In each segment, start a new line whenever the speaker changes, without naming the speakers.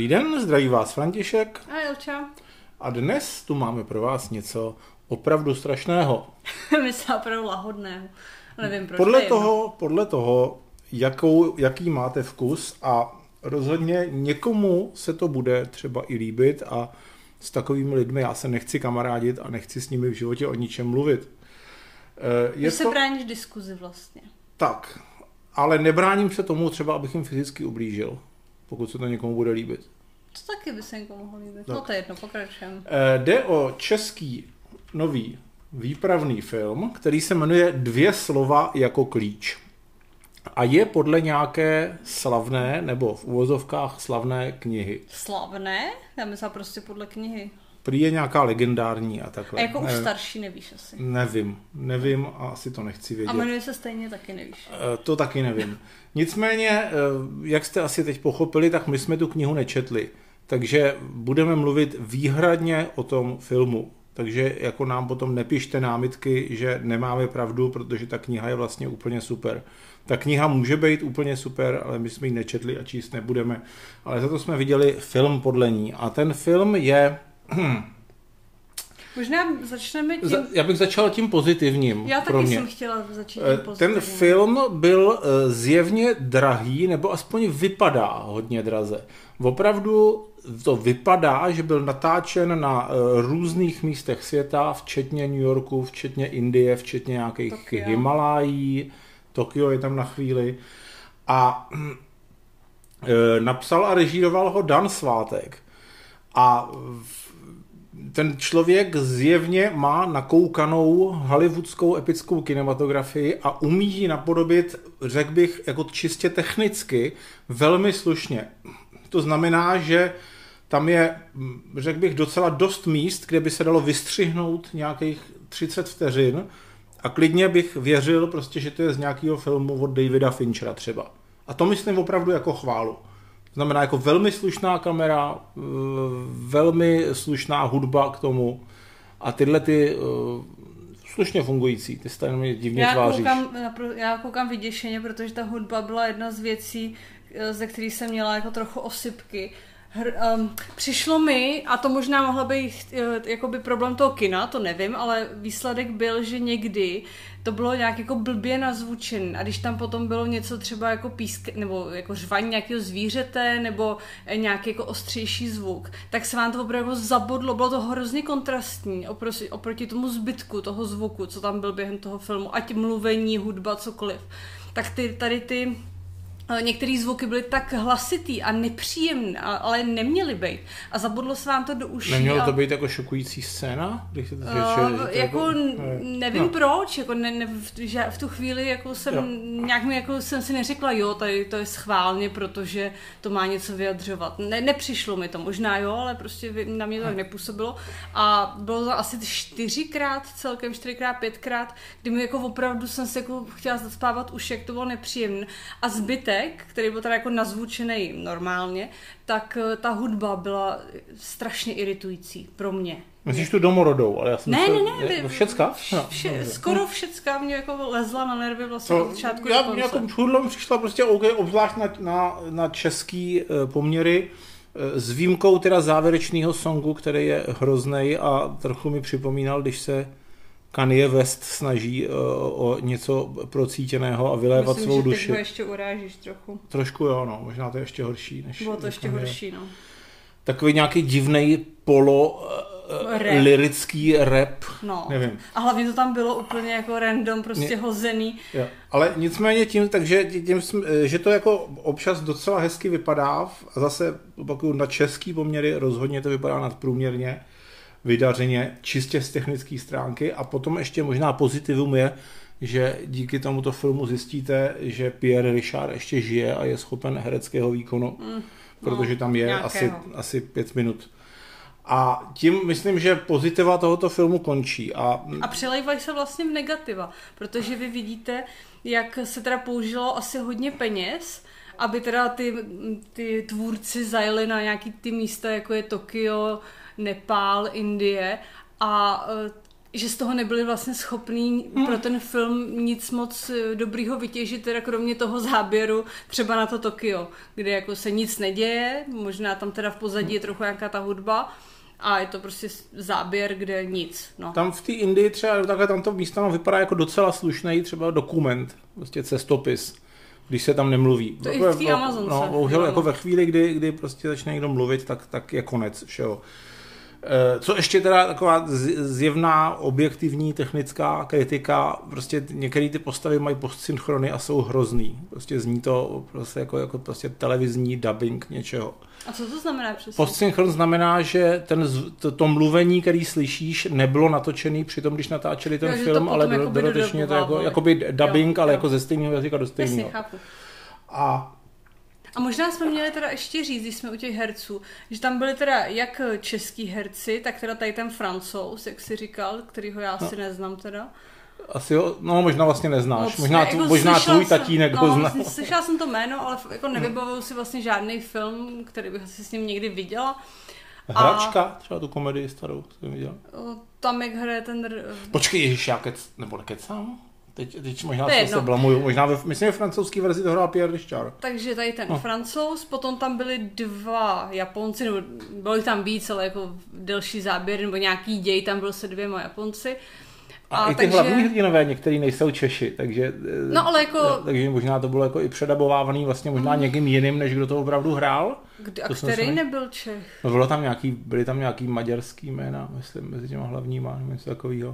den, zdraví vás František.
A Jelča.
A dnes tu máme pro vás něco opravdu strašného.
Myslím opravdu lahodného. Nevím, proč
Podle toho, jaký máte vkus a rozhodně někomu se to bude třeba i líbit a s takovými lidmi já se nechci kamarádit a nechci s nimi v životě o ničem mluvit.
Když se bráníš diskuzi vlastně.
Tak, ale nebráním se tomu třeba, abych jim fyzicky ublížil, pokud se to někomu bude líbit.
To taky by se někomu mohlo líbit. Tak. No to je jedno, pokračujeme.
Jde o český nový výpravný film, který se jmenuje 2 slova jako klíč. A je podle nějaké slavné, nebo v uvozovkách slavné knihy.
Slavné? Já myslím prostě podle knihy.
Prý je nějaká legendární a takhle.
A jako už starší nevíš asi.
Nevím a asi to nechci vědět.
A jmenuje se stejně, taky nevíš.
To taky nevím. Nicméně, jak jste asi teď pochopili, tak my jsme tu knihu nečetli. Takže budeme mluvit výhradně o tom filmu. Takže jako nám potom nepište námitky, že nemáme pravdu, protože ta kniha je vlastně úplně super. Ta kniha může být úplně super, ale my jsme ji nečetli a číst nebudeme. Ale za to jsme viděli film podle ní. A ten film je...
Možná začneme tím...
Já bych začal tím pozitivním.
Já taky jsem chtěla začít tím pozitivním.
Ten film byl zjevně drahý, nebo aspoň vypadá hodně draze. Opravdu to vypadá, že byl natáčen na různých místech světa, včetně New Yorku, včetně Indie, včetně nějakých Himalájí. Tokio je tam na chvíli. A napsal a režíroval ho Dan Svátek. A ten člověk zjevně má nakoukanou hollywoodskou epickou kinematografii a umí ji napodobit, řekl bych, jako čistě technicky, velmi slušně. To znamená, že tam je, řekl bych, docela dost míst, kde by se dalo vystřihnout nějakých 30 vteřin a klidně bych věřil prostě, že to je z nějakého filmu od Davida Finchera třeba. A to myslím opravdu jako chválu. To znamená jako velmi slušná kamera, velmi slušná hudba k tomu a tyhle ty slušně fungující, ty se tady divně tváříš.
Já koukám vyděšeně, protože ta hudba byla jedna z věcí, ze kterých jsem měla jako trochu osypky. Přišlo mi, a to možná mohla být jakoby problém toho kina, to nevím, ale výsledek byl, že někdy to bylo nějak jako blbě nazvučen a když tam potom bylo něco třeba jako písk, nebo jako řvaní nějakého zvířete, nebo nějaký jako ostřejší zvuk, tak se vám to opravdu jako zabodlo, bylo to hrozně kontrastní oproti tomu zbytku toho zvuku, co tam byl během toho filmu, ať mluvení, hudba, cokoliv. Tak ty některé zvuky byly tak hlasitý a nepříjemný, ale neměly být. A zabodlo se vám to do uší.
Nemělo to být jako šokující scéna? Když
nevím proč. Jako v tu chvíli jako jsem si neřekla, jo, tady to je schválně, protože to má něco vyjadřovat. Nepřišlo mi to, možná jo, ale prostě na mě to tak nepůsobilo. A bylo to asi 4x celkem, 4x, 5x, kdy mi jako opravdu jsem se jako chtěla zaspávat uši, jak to bylo nepříjemné. A zbytek, který byl teda jako nazvučený normálně, tak ta hudba byla strašně iritující pro mě.
Myslíš tu domorodou, ale já jsem všecka?
Skoro všecka mě jako lezla na nervy vlastně od začátku do konce.
Jako hudlom přišla prostě obzvlášť na český poměry, s výjimkou teda závěrečného songu, který je hroznej a trochu mi připomínal, když se Kanye West snaží o něco procítěného a vylévat svou duši.
Myslím, že teď ho ještě urážíš trochu.
Trošku jo, no. Možná to je ještě horší.
Bylo to ještě horší, no.
Takový nějaký divnej lirický rap.
No.
Nevím.
A hlavně to tam bylo úplně jako random, prostě hozený.
Jo. Ale nicméně tím, že to jako občas docela hezky vypadá a zase opakuju, na český poměry rozhodně to vypadá nadprůměrně. Vydařeně, čistě z technické stránky a potom ještě možná pozitivum je, že díky tomuto filmu zjistíte, že Pierre Richard ještě žije a je schopen hereckého výkonu, protože tam je asi 5 minut. A tím myslím, že pozitiva tohoto filmu končí. A
přelejvají se vlastně v negativa, protože vy vidíte, jak se teda použilo asi hodně peněz, aby teda ty tvůrci zajeli na nějaký ty místa, jako je Tokio, Nepál, Indie a že z toho nebyli vlastně schopní pro ten film nic moc dobrýho vytěžit, teda kromě toho záběru třeba na to Tokio, kde jako se nic neděje, možná tam teda v pozadí je trochu nějaká ta hudba a je to prostě záběr, kde nic. No.
Tam v té Indii třeba takhle tamto místo vypadá jako docela slušný třeba dokument, prostě cestopis, když se tam nemluví.
To i v té Amazonce.
No, bohužel jako ve chvíli, kdy prostě začne někdo mluvit, tak je konec všeho. Co ještě teda taková zjevná objektivní technická kritika, prostě některé ty postavy mají postsynchrony a jsou hrozný. Prostě zní to prostě jako prostě televizní dubbing něčeho.
A co to znamená přesně?
Postsynchron znamená, že to mluvení, který slyšíš, nebylo natočený při tom, když natáčeli ten film, ale dodatečně to jako jakoby dubbing, jo, ale jako ze stejného jazyka do stejného.
Jasně, chápu. A možná jsme měli teda ještě říct, když jsme u těch herců, že tam byli teda jak český herci, tak teda tady ten Francouz, jak jsi říkal, kterýho já asi neznám teda.
Asi jo, no možná vlastně neznáš, možná tvůj tatínek ho zná.
Slyšela jsem to jméno, ale jako nevybavuju si vlastně žádný film, který bych asi s ním někdy viděla.
Hračka, třeba tu komedii starou, jsem viděl.
Tam jak hraje ten...
Počkej, ježiš, já nekecám? Teď možná se blamuju, myslím, že francouzský verzi to hrál Pierre Richard.
Takže tady ten Francouz, potom tam byli 2 Japonci, nebo byli tam víc, ale jako delší záběr, nebo nějaký děj, tam byl se 2 Japonci.
A i ty hlavní hrdinové některý nejsou Češi, takže,
no, ale jako,
takže možná to bylo jako i předabovávaný vlastně možná někým jiným, než kdo to opravdu hrál.
A který nebyl Čech?
No, byly tam nějaký maďarský jména, myslím, mezi těma hlavníma, něco takového.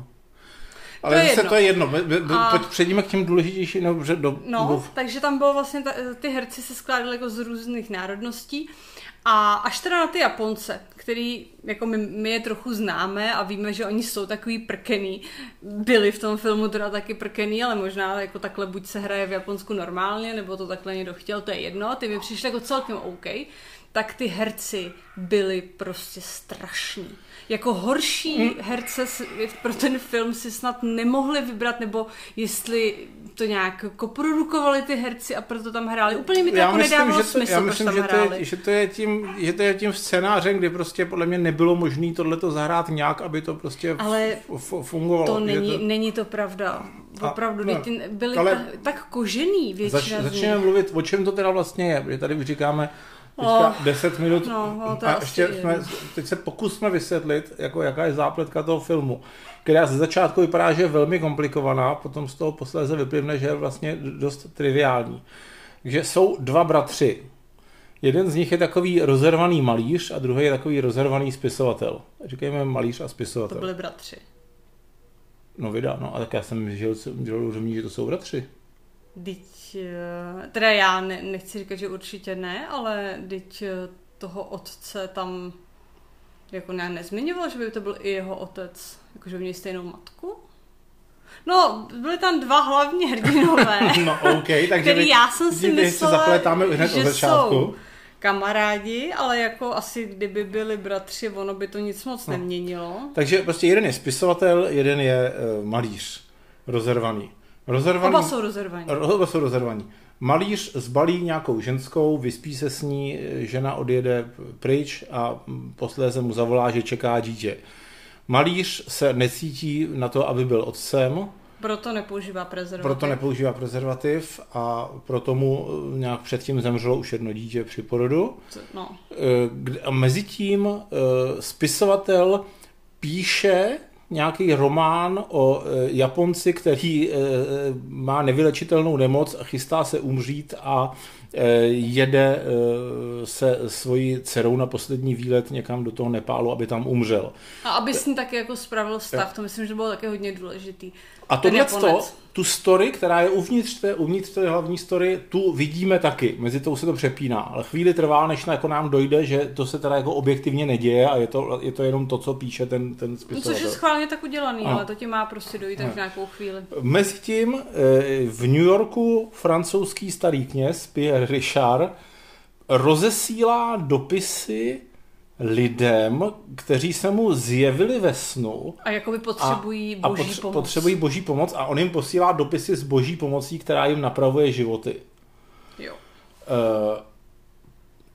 Ale zase to je jedno. Přejdeme k těm důležitějším.
Takže tam bylo vlastně, ty herci se skládaly jako z různých národností. A až teda na ty Japonce, který jako my je trochu známe a víme, že oni jsou takový prkený. Byli v tom filmu teda taky prkený, ale možná jako takhle buď se hraje v Japonsku normálně, nebo to takhle někdo chtěl, to je jedno. Ty mi přišly jako celkem OK. Tak ty herci byli prostě strašní. Jako horší herce pro ten film si snad nemohli vybrat, nebo jestli to nějak koprodukovali ty herci a proto tam hráli. Úplně mi to jako nedávalo smysl, proč tam hráli.
Že to je tím scénářem, kdy prostě podle mě nebylo možné tohleto zahrát nějak, aby to prostě fungovalo.
To není to pravda. Opravdu, byli tak kožený většina.
Začneme mluvit, o čem to teda vlastně je, protože tady už říkáme 10 minut a ještě teď se pokusme vysvětlit, jako jaká je zápletka toho filmu, která ze začátku vypadá, že je velmi komplikovaná, potom z toho posléze vyplyne, že je vlastně dost triviální. Takže jsou 2 bratři. Jeden z nich je takový rozervaný malíř a druhý je takový rozervaný spisovatel. Říkejme malíř a spisovatel.
To byli bratři.
No a tak já jsem žil že to jsou bratři.
Teda já nechci říkat, že určitě ne, ale toho otce tam jako nějak nezmiňoval, že by to byl i jeho otec, jakože měli stejnou matku. No, byly tam 2 hlavní hrdinové, který já jsem si myslela, že jsou kamarádi, ale jako asi kdyby byli bratři, ono by to nic moc neměnilo.
Takže prostě jeden je spisovatel, jeden je malíř, rozervaný.
Oba jsou rozervaní.
Malíř zbalí nějakou ženskou, vyspí se s ní, žena odjede pryč a posléze mu zavolá, že čeká dítě. Malíř se necítí na to, aby byl otcem.
Proto nepoužívá prezervativ
a proto mu nějak předtím zemřelo už jedno dítě při porodu.
No.
A mezitím spisovatel píše nějaký román o Japonci, který má nevylečitelnou nemoc a chystá se umřít a jede se svojí dcerou na poslední výlet někam do toho Nepálu, aby tam umřel.
A aby s ní taky jako spravil vztah, to myslím, že bylo taky hodně důležitý.
A tu story, která je uvnitř té hlavní story, tu vidíme taky, mezi tou se to přepíná, ale chvíli trvá, než jako nám dojde, že to se teda jako objektivně neděje a je to jenom to, co píše ten spisovatel.
Což je schválně tak udělaný, ale to ti má prostě dojít až v nějakou chvíli.
Mezitím v New Yorku francouzský starý kněz Pierre Richard rozesílá dopisy lidem, kteří se mu zjevili ve snu
a jakoby potřebují boží pomoc.
Potřebují boží pomoc a on jim posílá dopisy s boží pomocí, která jim napravuje životy.
Jo.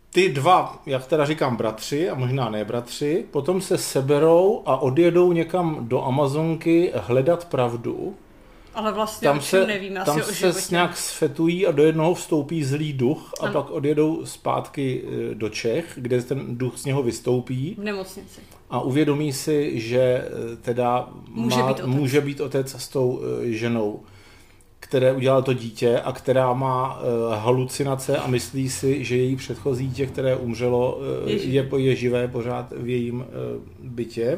ty dva, jak teda říkám, bratři a možná ne bratři, potom se seberou a odjedou někam do Amazonky hledat pravdu.
Ale vlastně tam nevíme
tam
asi o životě.
se nějak sfetují a do jednoho vstoupí zlý duch a pak odjedou zpátky do Čech, kde ten duch z něho vystoupí.
V nemocnici.
A uvědomí si, že teda může být otec s tou ženou, které udělal to dítě a která má halucinace a myslí si, že její předchozí dítě, které umřelo, je živé pořád v jejím bytě.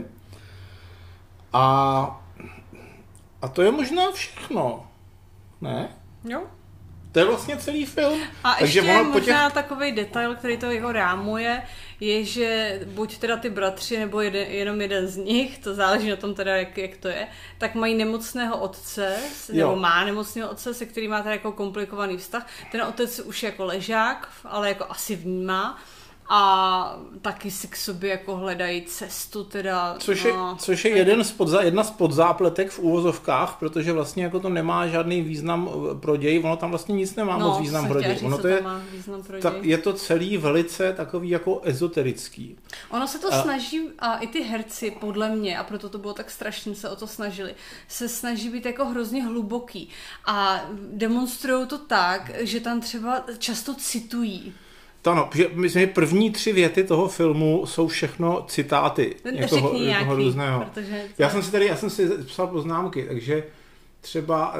A to je možná všechno, ne?
Jo.
To je vlastně celý film.
A takže ještě možná takovej detail, který to jeho rámuje, je, že buď teda ty bratři, nebo jenom jeden z nich, to záleží na tom teda, jak to je, tak mají nemocného otce, nebo má nemocného otce, se kterým má teda jako komplikovaný vztah. Ten otec už je jako ležák, ale jako asi vnímá. A taky si k sobě jako hledají cestu teda.
Což je jedna z podzápletek v úvozovkách, protože vlastně jako to nemá žádný význam pro děj, ono tam vlastně nic nemá moc význam pro děj. Je to celý velice takový jako ezoterický.
Ono se to snaží, a i ty herci podle mě, a proto to bylo tak strašně, se o to snažili, se snaží být jako hrozně hluboký a demonstrují to tak, že tam třeba často citují.
Ano, myslím, že první 3 věty toho filmu jsou všechno citáty někoho různého. Já jsem si psal poznámky, takže třeba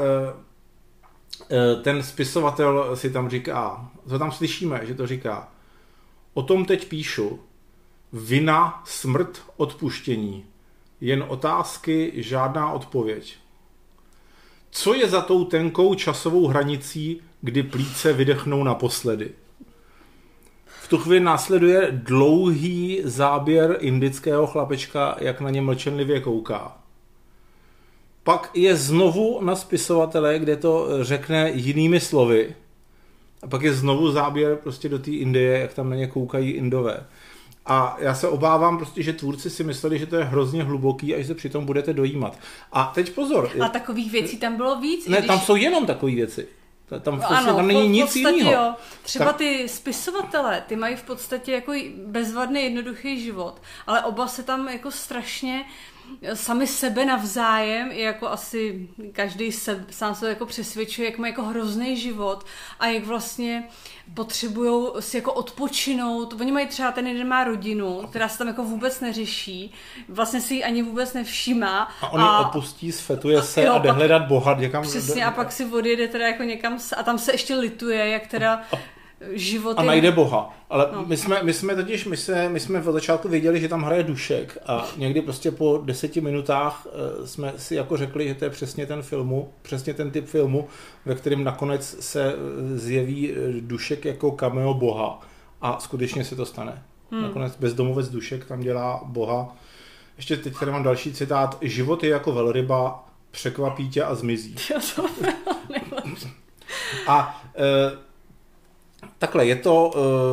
ten spisovatel si tam říká, co tam slyšíme, že to říká: o tom teď píšu, vina, smrt, odpuštění, jen otázky, žádná odpověď. Co je za tou tenkou časovou hranicí, kdy plíce vydechnou naposledy? V tu chvíli následuje dlouhý záběr indického chlapečka, jak na ně mlčenlivě kouká. Pak je znovu na spisovatele, kde to řekne jinými slovy. A pak je znovu záběr prostě do té Indie, jak tam na ně koukají Indové. A já se obávám prostě, že tvůrci si mysleli, že to je hrozně hluboký a že se přitom budete dojímat. A teď pozor.
A takových věcí tam bylo víc?
Ne, tam jsou jenom takové věci. Tam není nic jiného.
Třeba ty spisovatelé, ty mají v podstatě jako bezvadný jednoduchý život, ale oba se tam jako strašně sami sebe navzájem, i jako asi každý sám se jako přesvědčuje, jak má jako hrozný život a jak vlastně potřebujou si jako odpočinout. Oni mají třeba, ten jeden má rodinu, která se tam jako vůbec neřeší, vlastně si ji ani vůbec nevšímá.
A on ji opustí, sfetuje se a jde hledat Boha někam.
Přesně, a pak si odjede teda jako někam a tam se ještě lituje, jak teda život
a najde Boha. Ale my jsme od začátku věděli, že tam hraje Dušek a někdy prostě po 10 minutách jsme si jako řekli, že to je přesně ten typ filmu, ve kterém nakonec se zjeví Dušek jako cameo Boha a skutečně se to stane. Nakonec bezdomovec Dušek tam dělá Boha. Ještě teď tady mám další citát: život je jako velryba, překvapí tě a zmizí. A takhle, je to...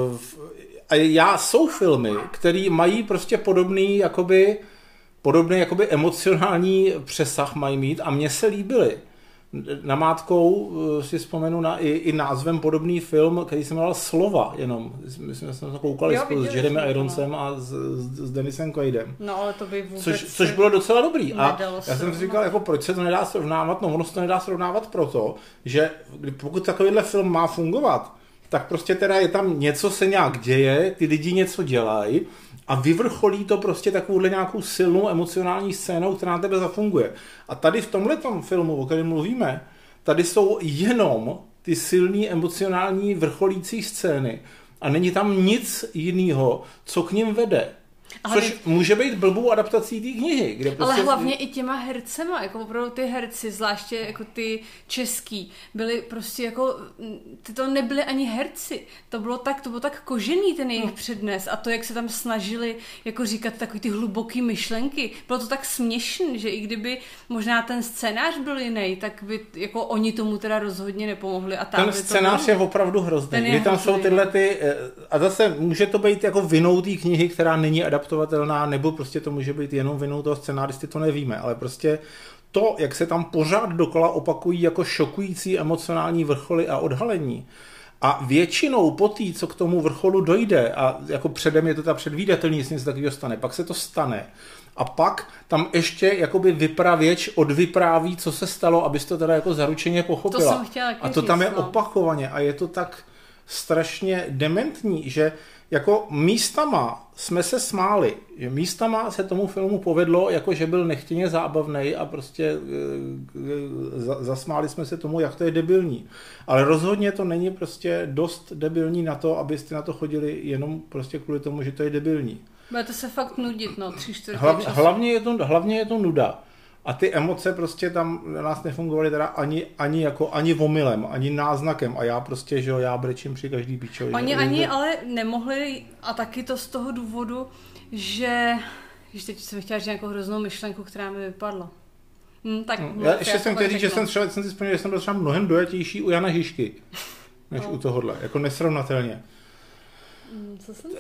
jsou filmy, které mají prostě podobný jakoby emocionální přesah mají mít a mně se líbily. Namátkou si vzpomenu na i názvem podobný film, který se jmenoval Slova jenom. My jsme se to koukali s Jeremy Ironsem a s Dennisem Quaidem.
No, ale to by vůbec...
Což bylo docela dobrý. A já jsem si říkal, jako proč se to nedá srovnávat? No, ono se to nedá srovnávat proto, že pokud takovýhle film má fungovat, tak prostě teda je tam něco se nějak děje, ty lidi něco dělají a vyvrcholí to prostě takovouhle nějakou silnou emocionální scénou, která na tebe zafunguje. A tady v tomhletom filmu, o kterém mluvíme, tady jsou jenom ty silný emocionální vrcholící scény a není tam nic jiného, co k nim vede. Což může být blbou adaptací té knihy. Kde prostě...
Ale hlavně i těma hercema, jako opravdu ty herci, zvláště jako ty český, byli prostě jako, ty to nebyli ani herci. To bylo tak kožený ten jejich přednes a to, jak se tam snažili jako říkat takový ty hluboký myšlenky, bylo to tak směšný, že i kdyby možná ten scénář byl jiný, tak by jako oni tomu teda rozhodně nepomohli. A
ten scénář je opravdu hrozný. Kdy tam jsou tyhle ty, a zase může to být jako vinou té knihy, která není adaptovatelná, nebo prostě to může být jenom vinou toho scenáristy, to nevíme, ale prostě to, jak se tam pořád dokola opakují jako šokující emocionální vrcholy a odhalení A většinou po té, co k tomu vrcholu dojde, a jako předem je to ta předvídatelný, jestli něco takového stane, pak se to stane. A pak tam ještě jakoby vypravěč odvypráví, co se stalo, abys to teda jako zaručeně pochopila.
To jsem chtěla
a to tam je opakovaně a je to tak strašně dementní, že jako místama jsme se smáli, že místama se tomu filmu povedlo, jako že byl nechtěně zábavnej a prostě zasmáli jsme se tomu, jak to je debilní. Ale rozhodně to není prostě dost debilní na to, abyste na to chodili jenom prostě kvůli tomu, že to je debilní.
Budete se fakt nudit, no, 3/4 času.
Hlavně je to nuda. A ty emoce prostě tam na nás nefungovaly teda ani omylem, ani náznakem. A já prostě, že jo, já brečím při každý píčovi.
Oni ani ale nemohli, a taky to z toho důvodu, že teď jsem chtěla říct nějakou hroznou myšlenku, která mi vypadla.
Já ještě jsem chtěl říct, že jsem si vzpomněl, že jsem byl třeba mnohem dojatější u Jana Žižky, než u tohohle. Jako nesrovnatelně.
Co jsem?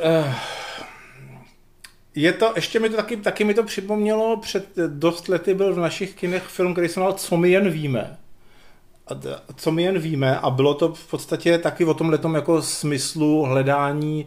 Je to, ještě mi to taky mi to připomnělo, před dost lety byl v našich kinech film, který se jmenoval Co my jen víme. Co my jen víme a bylo to v podstatě taky o tomhletom jako smyslu hledání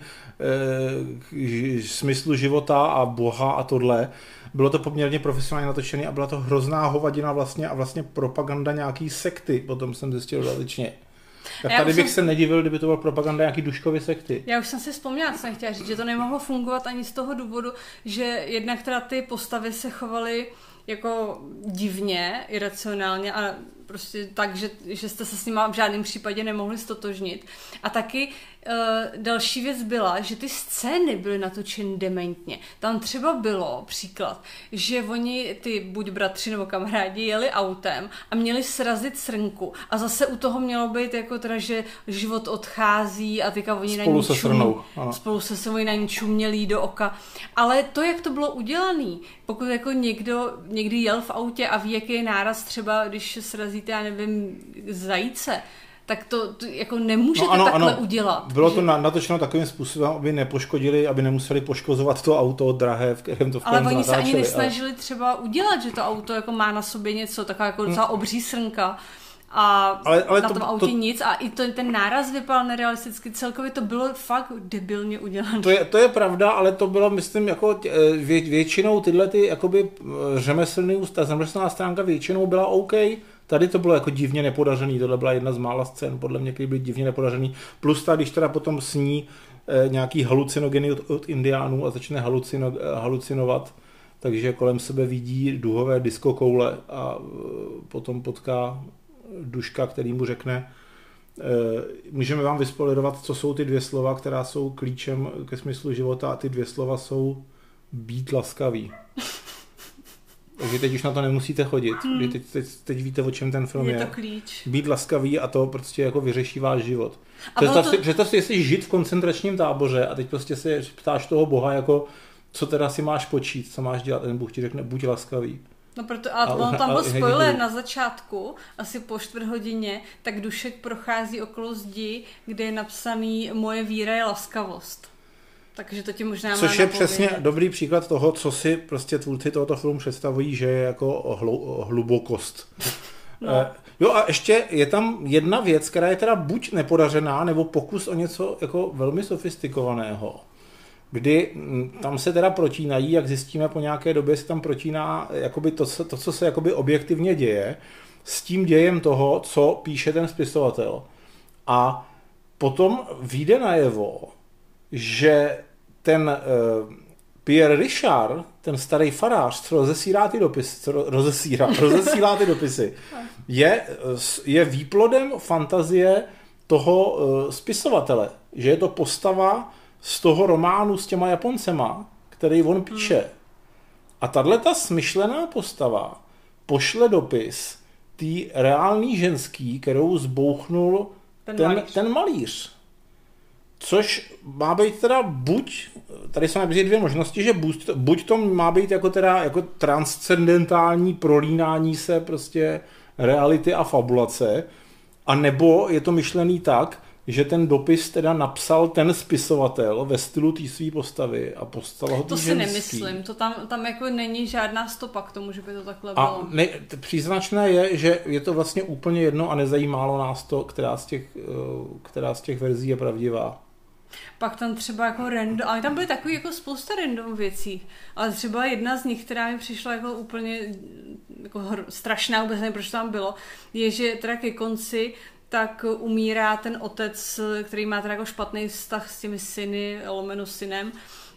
smyslu života a Boha a tohle. Bylo to poměrně profesionálně natočené a byla to hrozná hovadina vlastně a vlastně propaganda nějaký sekty, potom jsem zjistil dodatečně. Tak tady bych se nedivil, kdyby to byla propaganda nějaký Duškovy sekty.
Já už jsem si vzpomněla, co jsem chtěla říct, že to nemohlo fungovat ani z toho důvodu, že jednak teda ty postavy se chovaly jako divně, iracionálně a prostě tak, že jste se s nima v žádném případě nemohli stotožnit. A taky další věc byla, že ty scény byly natočeny dementně. Tam třeba bylo příklad, že oni, ty buď bratři nebo kamarádi, jeli autem a měli srazit srnku a zase u toho mělo být jako teda, že život odchází a teďka oni spolu se oni na ní čumělí do oka. Ale to, jak to bylo udělané, pokud jako někdy jel v autě a ví, jaký je náraz třeba, když srazíte, já nevím, zajíce, tak to jako nemůžete takhle udělat.
Bylo to natočeno takovým způsobem, aby nepoškodili, aby nemuseli poškozovat to auto drahé, v kterém to v
Ale oni se ani nesnažili třeba udělat, že to auto jako má na sobě něco, taková jako docela obří srnka a ale na tom autě nic a i ten náraz vypadal nerealisticky, celkově to bylo fakt debilně udělané.
To je pravda, ale to bylo, myslím, jako většinou tyhle ty jakoby řemeslná stránka většinou byla OK. Tady to bylo jako divně nepodařený, tohle byla jedna z mála scén, podle mě, který byly divně nepodařený. Plus když teda potom sní nějaký halucinogeny od indiánů a začne halucinovat, takže kolem sebe vidí duhové diskokoule a potom potká Duška, který mu řekne, můžeme vám vyspoilerovat, co jsou ty 2 slova, která jsou klíčem ke smyslu života a ty 2 slova jsou být laskavý. Takže teď už na to nemusíte chodit. Teď víte, o čem ten film je.
Je to klíč.
Být laskavý a to prostě jako vyřeší váš život. Představ si, jestli žít v koncentračním táboře a teď prostě se ptáš toho Boha, jako co teda si máš počít, co máš dělat. Ten Bůh ti řekne, buď laskavý.
No proto, a tam byl spoiler na začátku, asi po 4 hodině, tak Dušek prochází okolo zdi, kde je napsaný moje víra je laskavost. Takže to ti možná
což je přesně dobrý příklad toho, co si prostě tvůrci tohoto filmu představují, že je jako hlubokost. No. Jo a ještě je tam jedna věc, která je teda buď nepodařená, nebo pokus o něco jako velmi sofistikovaného. Kdy tam se teda protínají, jak zjistíme po nějaké době, se tam protíná jakoby to, co se jakoby objektivně děje, s tím dějem toho, co píše ten spisovatel. A potom vyjde najevo, že ten Pierre Richard, ten starý farář, co rozesílá ty dopisy, je výplodem fantazie toho spisovatele, že je to postava z toho románu s těma Japoncema, který on píše. A tato smyšlená postava pošle dopis té reální ženský, kterou zbouchnul ten malíř. Což má být teda buď, tady jsou například 2 možnosti, že buď to má být jako teda jako transcendentální prolínání se prostě reality a fabulace, a nebo je to myšlený tak, že ten dopis teda napsal ten spisovatel ve stylu té své postavy a poslal ho
To si nemyslím, to tam jako není žádná stopa k tomu, že by to takhle bylo.
A příznačné je, že je to vlastně úplně jedno a nezajímalo nás to, která z těch verzí je pravdivá.
Pak tam třeba jako random, ale tam byly takový jako spousta random věcí, ale třeba jedna z nich, která mi přišla jako úplně jako strašná, vůbec nevím, proč tam bylo, je, že teda ke konci tak umírá ten otec, který má teda jako špatný vztah s těmi syny, lomeno synem,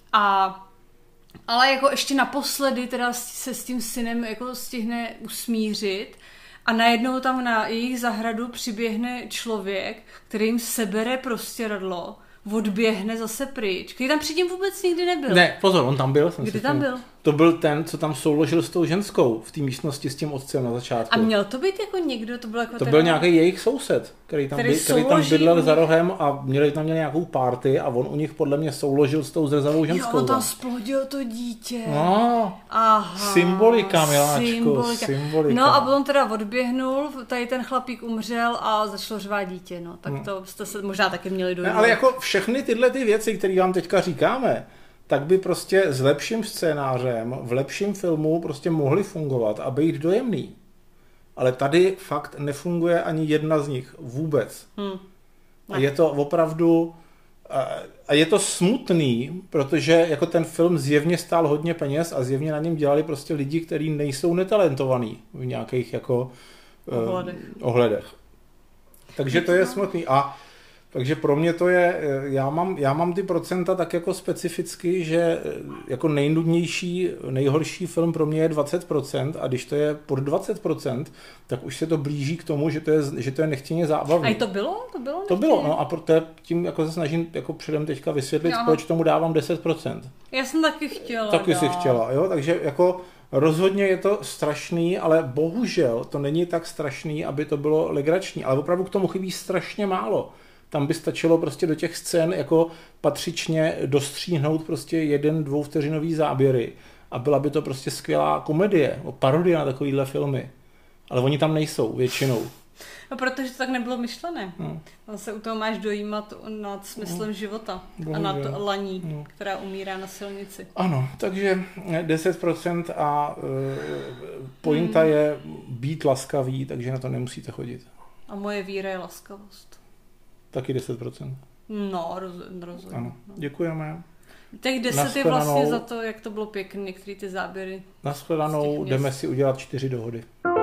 ale jako ještě naposledy teda se s tím synem jako stihne usmířit a najednou tam na jejich zahradu přiběhne člověk, který jim sebere prostěradlo, odběhne zase pryč, který tam předtím vůbec nikdy nebyl.
Ne, pozor, on tam byl.
Kdy tam byl?
To byl ten, co tam souložil s tou ženskou v té místnosti s tím otcem na začátku.
A měl to být jako někdo? To byl, jako
to byl nějaký jejich soused, který tam bydlel za rohem a měli tam nějakou party a on u nich podle mě souložil s tou zrzavou ženskou.
Jo, on tam splodil to dítě.
No,
aha,
symbolika, miláčku, symbolika.
No a potom teda odběhnul, tady ten chlapík umřel a začalo řvát dítě, no. Tak to jste se možná taky měli dojít.
Ale jako všechny tyhle ty věci, které vám teďka říkáme, tak by prostě s lepším scénářem, v lepším filmu prostě mohly fungovat a být dojemný. Ale tady fakt nefunguje ani jedna z nich vůbec. A je to opravdu... A je to smutný, protože jako ten film zjevně stál hodně peněz a zjevně na něm dělali prostě lidi, kteří nejsou netalentovaní v nějakých jako ohledech. Takže to je smutný. Takže pro mě to je, já mám ty procenta tak jako specificky, že jako nejnudnější, nejhorší film pro mě je 20% a když to je pod 20%, tak už se to blíží k tomu, že to je nechtěně zábavné.
A i to bylo?
To bylo, no a proto tím jako se snažím jako předem teďka vysvětlit, proč tomu dávám 10%.
Já jsem taky chtěla.
Taky si chtěla, jo, takže jako rozhodně je to strašný, ale bohužel to není tak strašný, aby to bylo legrační, ale opravdu k tomu chybí strašně málo. Tam by stačilo prostě do těch scén jako patřičně dostříhnout prostě 1-2 vteřinový záběry a byla by to prostě skvělá komedie, parodie na takovýhle filmy. Ale oni tam nejsou většinou.
No, protože to tak nebylo myšlené. Zase u toho máš dojímat nad smyslem života a nad laní, která umírá na silnici.
Ano, takže 10% a pointa je být laskavý, takže na to nemusíte chodit.
A moje víra je laskavost.
Taky 10%.
No, rozhodně.
Ano, děkujeme.
Těch 10 je vlastně za to, jak to bylo pěkný, některé ty záběry.
Nashledanou, jdeme si udělat 4 dohody.